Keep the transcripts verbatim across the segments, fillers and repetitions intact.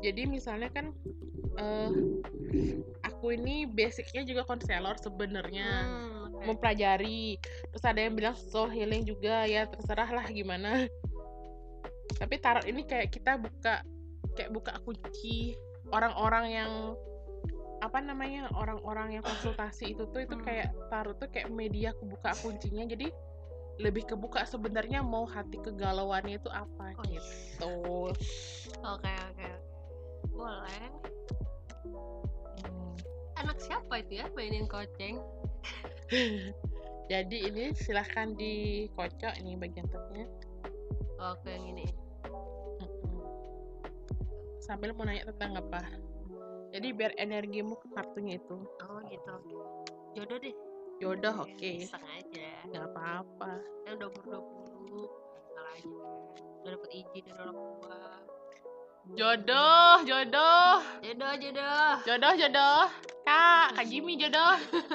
Jadi misalnya kan uh, aku ini basicnya juga konselor sebenarnya, Hmm, oke. mempelajari. Terus ada yang bilang soul healing juga, ya terserah lah gimana. Tapi tarot ini kayak kita buka kayak buka kunci orang-orang yang apa namanya orang-orang yang konsultasi itu tuh itu Hmm. kayak tarot tuh kayak media kebuka kuncinya, jadi lebih kebuka sebenarnya mau hati kegalauannya itu apa Oh, gitu. Oke oke. Boleh. Hmm. Anak siapa itu ya mainin koceng? Jadi ini silahkan dikocok nih bagian tengahnya. Oke, yang ini. Mm-mm. Sambil mau nanya tentang apa? Jadi biar energimu ke kartunya itu. Oh gitu. Jodoh deh. Jodoh, oke. Okay. Iseng aja. Gak apa-apa. Kan udah umur dua puluh. Salah aja. Udah dapet izin dari orang tua. Jodoh, jodoh. Jodoh, jodoh. Jodoh, jodoh. Kak, Kak Jimmy jodoh.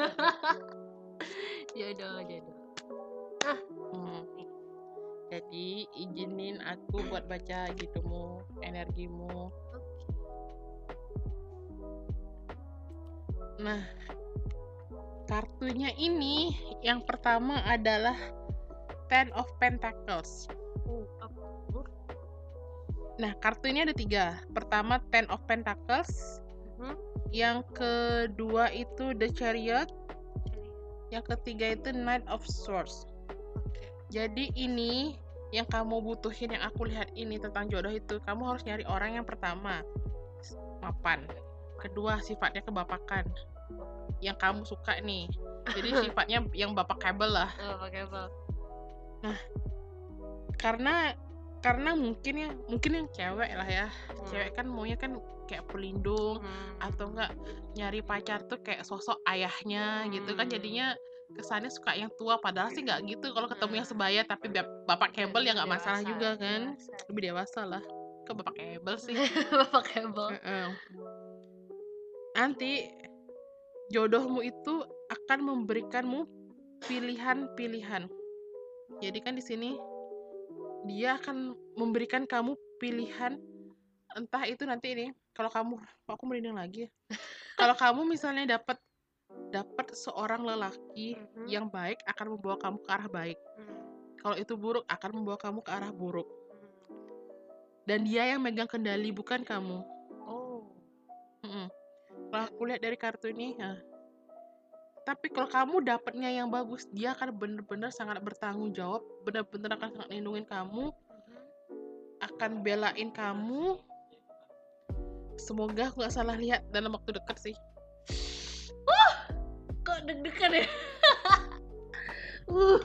Jodoh, jodoh. Ah. Hmm. Jadi izinin aku buat baca gitumu, energimu. Nah, kartunya ini yang pertama adalah Ten of Pentacles. Nah, kartu ini ada tiga. Pertama Ten of Pentacles. Uh-huh. Yang kedua itu The Chariot. Yang ketiga itu Knight of Swords. Jadi ini yang kamu butuhin, yang aku lihat ini tentang jodoh itu, kamu harus nyari orang yang pertama mapan, kedua sifatnya kebapakan, yang kamu suka nih. Jadi sifatnya yang bapakable lah. Bapakable. Nah, karena karena mungkin ya mungkin yang cewek lah ya, hmm. cewek kan maunya kan kayak pelindung, hmm. atau enggak nyari pacar tuh kayak sosok ayahnya, hmm. gitu kan, jadinya kesannya suka yang tua, padahal sih nggak gitu. Kalau ketemu yang sebaya tapi bapak kabel ya nggak masalah juga kan, dewasa. Lebih dewasa lah. Ke bapak kabel sih. Bapak kabel. Uh-uh. Nanti jodohmu itu akan memberikanmu pilihan-pilihan. Jadi kan di sini dia akan memberikan kamu pilihan, entah itu nanti ini kalau kamu, aku merinding lagi ya. Kalau kamu misalnya dapat dapat seorang lelaki mm-hmm. yang baik, akan membawa kamu ke arah baik. Mm. Kalau itu buruk, akan membawa kamu ke arah buruk. Dan dia yang megang kendali, bukan kamu. Oh. Mm-mm. Kalau aku lihat dari kartu ini, nah. Tapi kalau kamu dapatnya yang bagus, dia akan benar-benar sangat bertanggung jawab, benar-benar akan sangat lindungin kamu, akan belain kamu. Semoga aku gak salah lihat dalam waktu dekat sih. Uh, kok deg-degan ya? uh.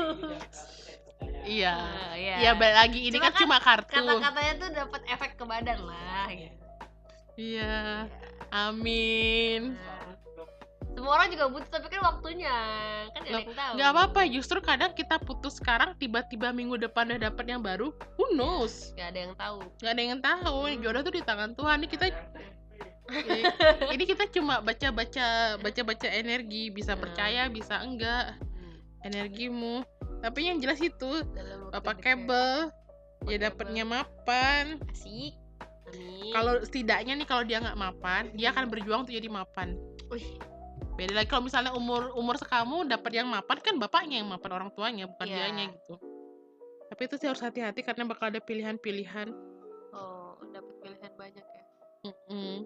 Iya, uh, iya. Iya balik lagi ini kan, kan cuma kartu. Kata-katanya tuh dapat efek ke badan lah. Gitu. Iya, amin. Nah, semua orang juga butuh, tapi kan waktunya kan gak ada yang tahu. Gak apa-apa, justru kadang kita putus sekarang, tiba-tiba minggu depan udah dapat yang baru. Who knows? Gak ada yang tahu. Gak ada yang tahu. Hmm. Jodoh tuh di tangan Tuhan. Ini kita ini, ini kita cuma baca-baca baca-baca energi, bisa percaya, bisa enggak energimu. Tapi yang jelas itu bapak kabel ya dapatnya mapan. Asik. Kalau setidaknya nih, kalau dia nggak mapan, dia akan berjuang untuk jadi mapan. Wih. Beda lagi kalau misalnya umur umur sekamu dapat yang mapan, kan bapaknya yang mapan, orang tuanya, bukan yeah. dianya gitu. Tapi itu sih harus hati-hati karena bakal ada pilihan-pilihan. Oh, dapat pilihan banyak ya. Mm-mm.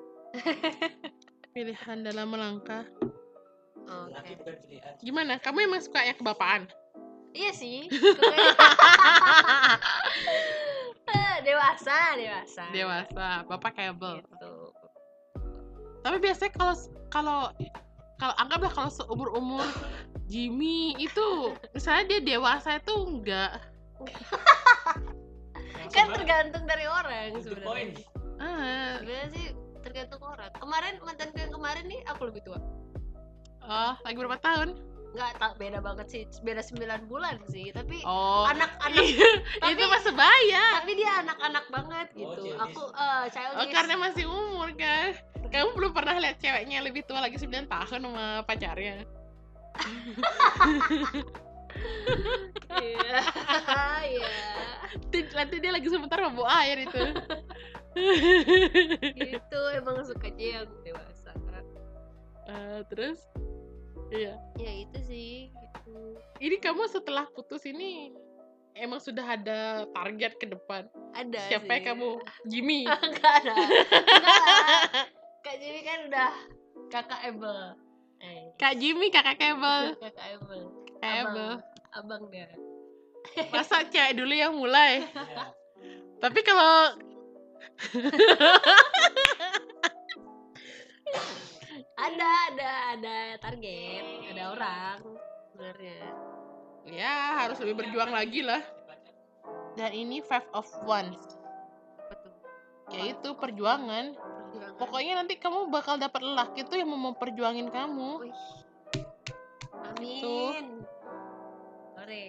Pilihan dalam melangkah. Oh, okay. Gimana? Kamu emang suka yang kebapaan? Iya sih. dewasa, dewasa. Dewasa, bapak kabel. Gitu. Tapi biasanya kalau kalau kalau anggaplah kalau seumur-umur Jimmy itu, misalnya dia dewasa itu enggak. Kan tergantung dari orang sebenarnya. Ah. Sebenarnya sih tergantung orang. Kemarin mantanku yang kemarin nih aku lebih tua. Oh, lagi berapa tahun? Enggak, tak beda banget sih. Beda sembilan bulan sih, tapi oh. anak-anak tapi, itu mah sebaya. Tapi dia anak-anak banget gitu. Oh, aku uh, childish. Oh, karena masih umur kan. Kamu belum pernah lihat ceweknya lebih tua lagi sembilan tahun sama pacarnya. Iya. Iya. Nanti dia lagi sebentar mau bawa air itu. Gitu, emang sukanya yang dewasa. Uh, terus iya Ya itu sih gitu. ini kamu setelah putus ini emang sudah ada target ke depan? Ada Siapa sih. ya kamu? Jimmy? Enggak ada. Enggak lah. Kak Jimmy kan udah kakak Ebel. Eh. Kak Jimmy kakak Kebel. Kakak Ebel. Kebel. Abang, abang dia. Masa cewek dulu yang mulai? Tapi kalau ada ada ada target, ada orang sebenarnya. Ya harus lebih berjuang lagi lah. Dan ini five of wands. Apa tuh? Yaitu perjuangan. Perjuangan. Pokoknya nanti kamu bakal dapat lelaki tuh yang mau memperjuangin kamu. Wih. Amin. Tuh. Ore.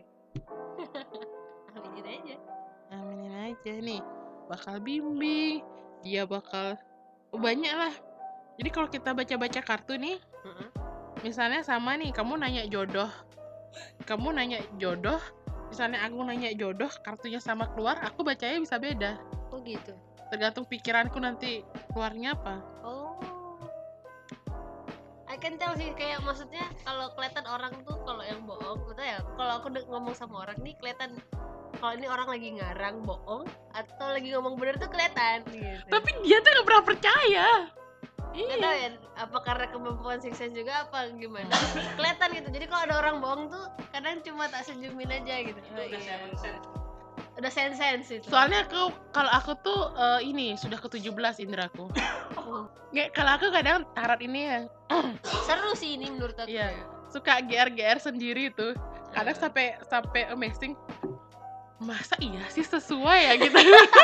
Aminin aja. Aminin aja nih. Bakal bimbing. Dia bakal oh, banyak lah. Jadi kalau kita baca-baca kartu nih, Uh-uh. misalnya sama nih, kamu nanya jodoh, kamu nanya jodoh, misalnya aku nanya jodoh, kartunya sama keluar, aku bacanya bisa beda. Oh gitu. Tergantung pikiranku nanti keluarnya apa. Oh. I can tell sih, kayak maksudnya kalau kelihatan orang tuh kalau yang bohong, maksudnya ya kalau aku de- ngomong sama orang nih kelihatan kalau ini orang lagi ngarang bohong atau lagi ngomong bener tuh kelihatan gitu. Tapi dia tuh nggak pernah percaya. Nggak tahu ya, apa karena kemampuan six sense juga apa gimana? Kelihatan gitu. Jadi kalau ada orang bohong tuh kadang cuma tak senyumin aja gitu. Oh, iya. Udah sense sense itu. Soalnya aku kalau aku tuh uh, ini sudah ke tujuh belas indraku. Nggak, kalau aku kadang tarot ini ya seru sih ini menurut aku. Iya. Ya. Suka G R G R sendiri tuh. Kadang sampai sampai amazing. Masa iya sih sesuai ya gitu.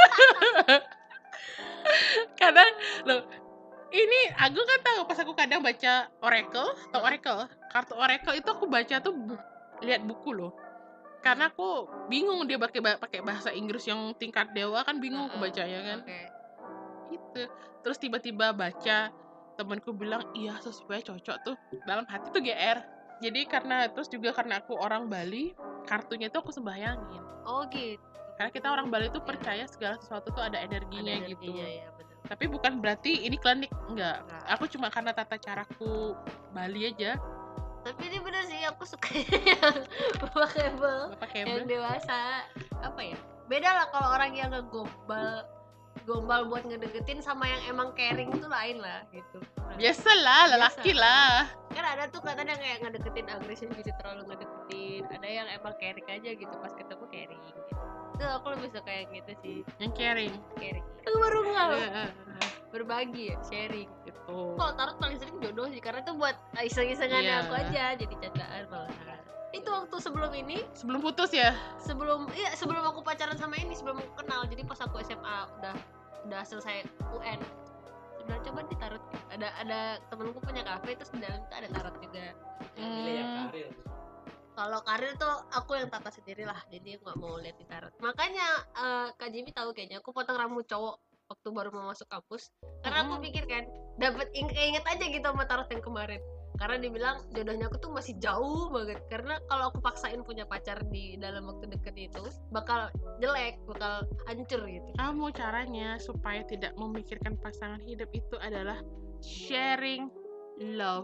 Kadang loh ini aku kan tahu pas aku kadang baca oracle atau oracle kartu oracle itu aku baca tuh bu- lihat buku loh karena aku bingung dia pakai pakai bahasa Inggris yang tingkat dewa kan bingung aku bacanya kan. Okay. Itu terus tiba-tiba baca temanku bilang iya sesuai cocok tuh dalam hati tuh G R. Jadi karena terus juga karena aku orang Bali kartunya tuh aku sembahyangin. Oh gitu. Karena kita orang Bali tuh percaya segala sesuatu tuh ada energinya, Ada gitu. energinya, ya, bener. Tapi bukan berarti ini klinik, enggak. Enggak. Aku cuma karena tata caraku Bali aja. Tapi ini bener sih, aku suka yang Bapak Kebel, Bapak yang Kebel. dewasa. Apa ya? Beda lah kalau orang yang ngegombal, gombal buat ngedeketin sama yang emang caring itu lain lah gitu. Nah, Biasalah, lelaki biasa. lah. Kan ada tuh kadang yang kayak ngedeketin agresif gitu, terlalu ngedeketin. Ada yang emang caring aja gitu, pas ketemu caring gitu. Itu aku lebih suka yang gitu sih, Yang caring. caring. Aku baru nggak Iya, berbagi ya, sharing. gitu. Kalau tarot paling sering jodoh sih, karena itu buat iseng-isengannya Iya. aku aja, jadi candaan malah. Itu waktu sebelum ini, Sebelum putus ya? sebelum iya sebelum aku pacaran sama ini, sebelum aku kenal, jadi pas aku S M A udah udah selesai U N, sebenarnya coba di tarot. Ada ada temenku punya kafe, terus di dalam itu ada tarot juga. Hmm. Kalau karir tuh aku yang tata sendiri lah, jadi nggak mau lihat di tarot. Makanya uh, Kak Jimmy tahu kayaknya aku potong rambut cowok waktu baru mau masuk kampus, karena aku Mm. pikir kan dapat inget aja gitu sama tarot yang kemarin, karena dibilang jodohnya aku tuh masih jauh banget, karena kalau aku paksain punya pacar di dalam waktu deket itu bakal jelek, bakal hancur gitu. Kamu caranya supaya tidak memikirkan pasangan hidup itu adalah sharing love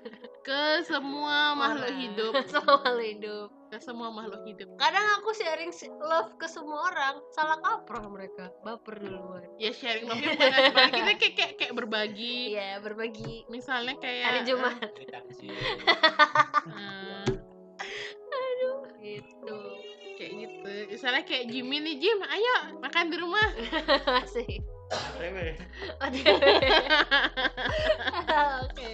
ke semua makhluk Orang. hidup. Sama makhluk hidup. Ke semua makhluk hidup. Kadang aku sharing love ke semua orang, salah kaprah mereka, baper duluan. Ya sharing love-nya bukan berbagi, kita kayak, kayak kayak berbagi. Iya, berbagi. Misalnya kayak Hari Jumat. eh, Aduh, gitu. kayak gitu. Misalnya kayak Jimmy nih, Jim, ayo makan di rumah. Asik. Dewe. Oke.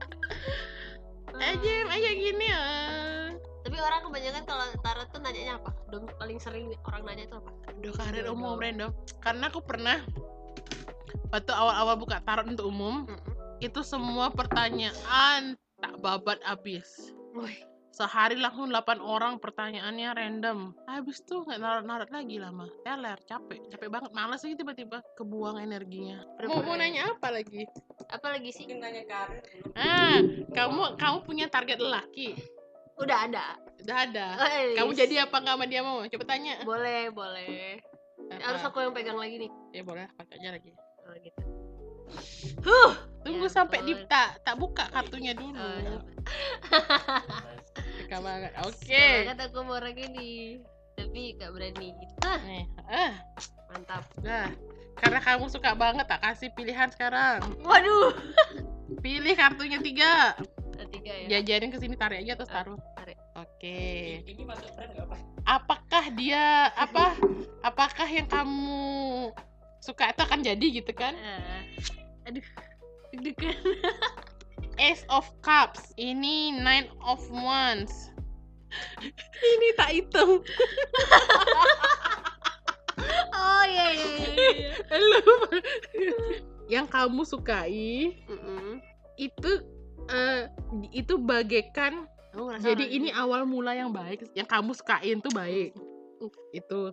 Eh Jim, ayo gini ya. Tapi orang kebanyakan kalau tarot tuh nanyanya apa? Dong paling sering orang nanya itu apa? Udah karir Jodoh. umum random. Karena aku pernah waktu awal-awal buka tarot untuk umum, Mm-mm. itu semua pertanyaan tak babat abis. Wih, Sehari langsung delapan orang pertanyaannya random. Habis tuh nggak narat-narat lagi lama. Teler, capek, capek banget, malas sih tiba-tiba kebuang energinya. Mau, mau nanya apa lagi? apa lagi sih? Ah, kamu kamu punya target lelaki? Udah ada. Udah ada. Wih. Kamu jadi apa nggak sama dia mau? Coba tanya. Boleh, boleh. Harus aku yang pegang lagi nih. Ya boleh, pakai aja lagi. Oh gitu. Huh, tunggu Ya sampai di ampun. tak tak buka kartunya dulu. Oh, ya. Suka banget. Oke. Suka banget aku mau orang ini. Tapi gak berani. Hah, Nih, ah, mantap. dah. Karena kamu suka banget, tak kasih pilihan sekarang. Waduh. Pilih kartunya tiga. Ada tiga ya. Jajarin ke sini, tarik aja terus Ah, taruh. tarik. Oke. Ini masuk tren nggak, Pak? Apakah dia apa? Apakah yang kamu suka itu akan jadi gitu kan? Ah. Aduh. Deg-degan. Ace of Cups. Ini Nine of Wands. Ini tak hitung. Oh iya iya iya. iya. Halo. Yang kamu sukai Mm-mm. itu eh, itu bagaikan. Aku ngerasa Jadi orang ini awal mula yang baik. Yang kamu sukain tuh baik. Itu.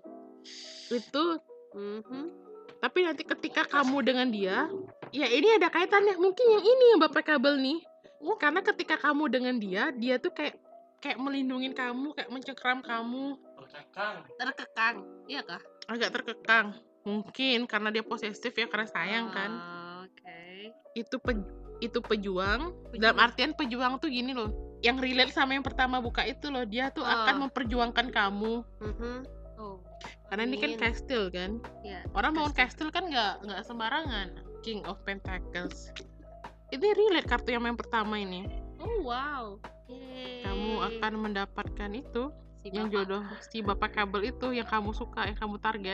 Itu. Mhm. Tapi nanti ketika kamu dengan dia, ya ini ada kaitannya. Mungkin yang ini yang bapak kabel nih. Karena ketika kamu dengan dia, dia tuh kayak kayak melindungi kamu, kayak mencengkeram kamu, Terkekang. terkekang. Iya kah? agak terkekang. Mungkin karena dia posesif ya, karena sayang kan. Ah, Oke. Itu pe- itu pejuang. Pejuang. Dalam artian pejuang tuh gini loh. Yang relate sama yang pertama buka itu loh, dia tuh Ah. akan memperjuangkan kamu. Mhm. Oh. Karena ini kan Amin. castle kan. Iya. Orang bangun castle kan nggak nggak sembarangan. King of Pentacles. Ini relate kartu yang yang pertama ini. Oh wow. Yeay. Kamu akan mendapatkan itu, Si yang bapak. jodoh si bapak kabel itu yang kamu suka, yang kamu target.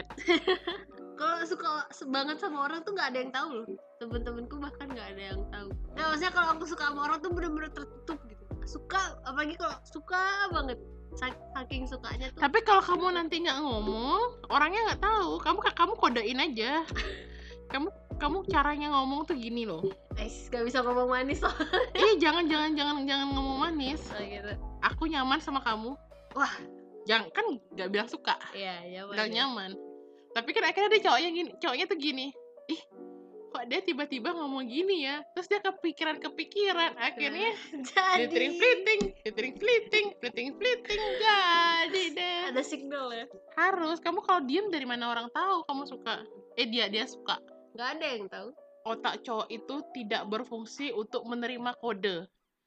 Kalau suka se- banget sama orang tuh nggak ada yang tahu loh. Temen-temenku bahkan nggak ada yang tahu. Nah maksudnya kalau aku suka sama orang tuh bener-bener tertutup gitu. Suka, apalagi kalau suka banget. Sa- Saking sukanya tuh. Tapi kalau kamu nanti nggak ngomong, orangnya nggak tahu. Kamu kamu kodein aja. Kamu kamu caranya ngomong tuh gini loh. Guys, gak bisa ngomong manis loh. Eh jangan jangan jangan jangan ngomong manis. Oh, gitu. Aku nyaman sama kamu. Wah. Jangan kan nggak bilang suka, Iya, nyaman. bilang ya. nyaman. Tapi kan akhirnya ada cowoknya gini, cowoknya tuh gini. Ih, kok dia tiba-tiba ngomong gini ya? Terus dia kepikiran-kepikiran. Akhirnya Jadi Flitting, flitting, flitting, flitting, flitting, flitting, jadi deh. ada signal ya. Harus, kamu kalau diem dari mana orang tahu kamu suka? Eh dia dia suka. Nggak ada yang tahu. Otak cowok itu tidak berfungsi untuk menerima kode.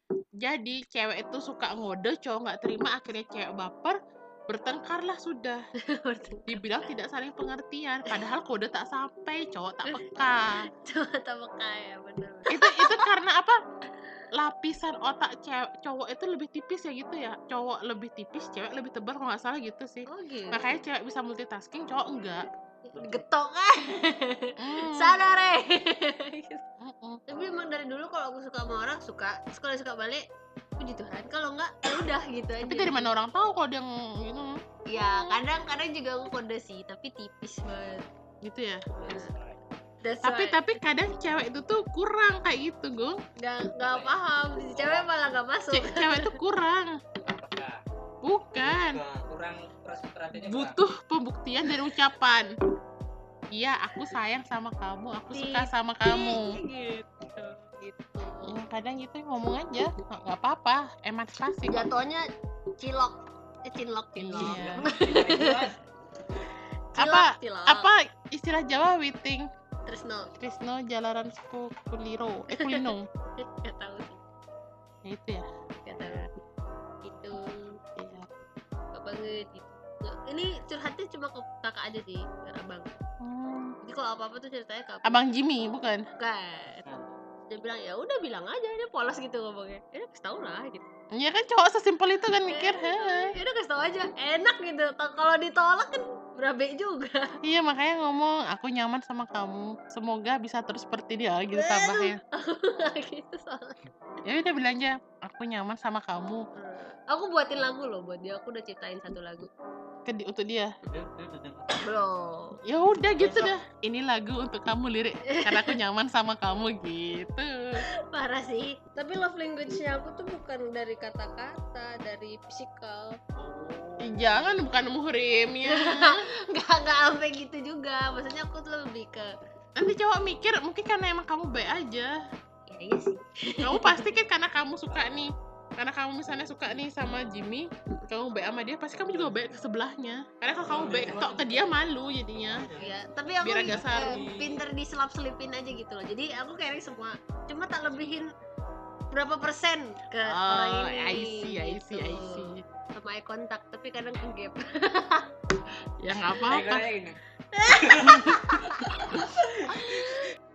Jadi cewek itu suka ngode, cowok nggak terima, akhirnya cewek baper, bertengkarlah sudah. Dibilang tidak saling pengertian, padahal kode tak sampai, cowok tak peka. Coba tambah kaya bener. itu itu karena apa? Lapisan otak cewek cowok itu lebih tipis ya gitu ya. Cowok lebih tipis, cewek lebih tebal kalau nggak salah gitu sih. Oh gitu. Makanya cewek bisa multitasking, cowok enggak. Getok kan. Hmm. Sadar eh. Mm-mm. Tapi emang dari dulu kalau aku suka sama orang suka, terus kalau suka balik, puji Tuhan. Kalau enggak, ya udah gitu aja. Tapi dari mana orang tahu kalau dia ng- gitu? Ya kadang-kadang juga aku kode sih, tapi tipis banget. Gitu ya. That's Tapi why tapi kadang cewek itu tuh kurang kayak gitu, Gung. nggak nggak paham. Si cewek malah nggak masuk. Ce- cewek tuh kurang. Nah, Bukan. kurang kurang perhatiannya Butuh pembuktian dari ucapan. Iya, aku sayang sama kamu, aku suka sama kamu. Gitu. Gitu. Ya, kadang gitu ngomong aja, nggak nggak apa-apa, emansipasi kok. Jatuhnya cilok. Eh cinlok cinlok. Iya. kurang. Apa Cilok. apa istilah Jawa witing Tresno. Trisno jalaran suku kuliro eh kulino Nggak tahu sih. ya itu ya. Nggak tahu. Itu Iya. apa banget gitu. Nggak, ini curhatnya cuma ke kakak aja sih, ke abang. Hmm. Jadi kalau apa-apa tuh ceritanya ke abang. Abang Jimmy bukan? Bukan. Dia bilang ya udah bilang aja, dia polos gitu ngomongnya. Ya udah kasih tau lah gitu. Iya kan cowok sesimpel itu kan mikir. Heh. Ya udah kasih tau aja, enak gitu. Ta- Kalau ditolak kan berabe juga. Iya makanya ngomong aku nyaman sama kamu, semoga bisa terus seperti dia gitu tambahnya. Gitu soalnya. Ya udah bilang aja aku nyaman sama kamu. Aku buatin lagu loh buat dia. Aku udah ciptain satu lagu. Ke di- untuk dia. Belum. Ya udah gitu dah. Ini lagu untuk kamu lirik karena aku nyaman sama kamu gitu. Parah sih. Tapi love language-nya aku tuh bukan dari kata-kata, dari fisikal. Ih, jangan bukan muhrim ya. Nggak nggak sampai gitu juga. Maksudnya aku tuh lebih ke Nanti cowok mikir mungkin karena emang kamu baik aja. ya iya sih. Kamu pasti kan karena kamu suka nih karena kamu misalnya suka nih sama Jimmy, kamu baik sama dia, pasti kamu juga baik ke sebelahnya. Karena kalau kamu baik tok ke dia, malu jadinya. Ya, tapi aku Biar agak eh, saru. pinter diselap-selipin aja gitu loh. Jadi aku caring semua, cuma tak lebihin berapa persen ke Oh, orang ini. I see, I see, I gitu. see. Sama eye contact, tapi kadang ke gap. Ya nggak Kayak apa-apa. gini.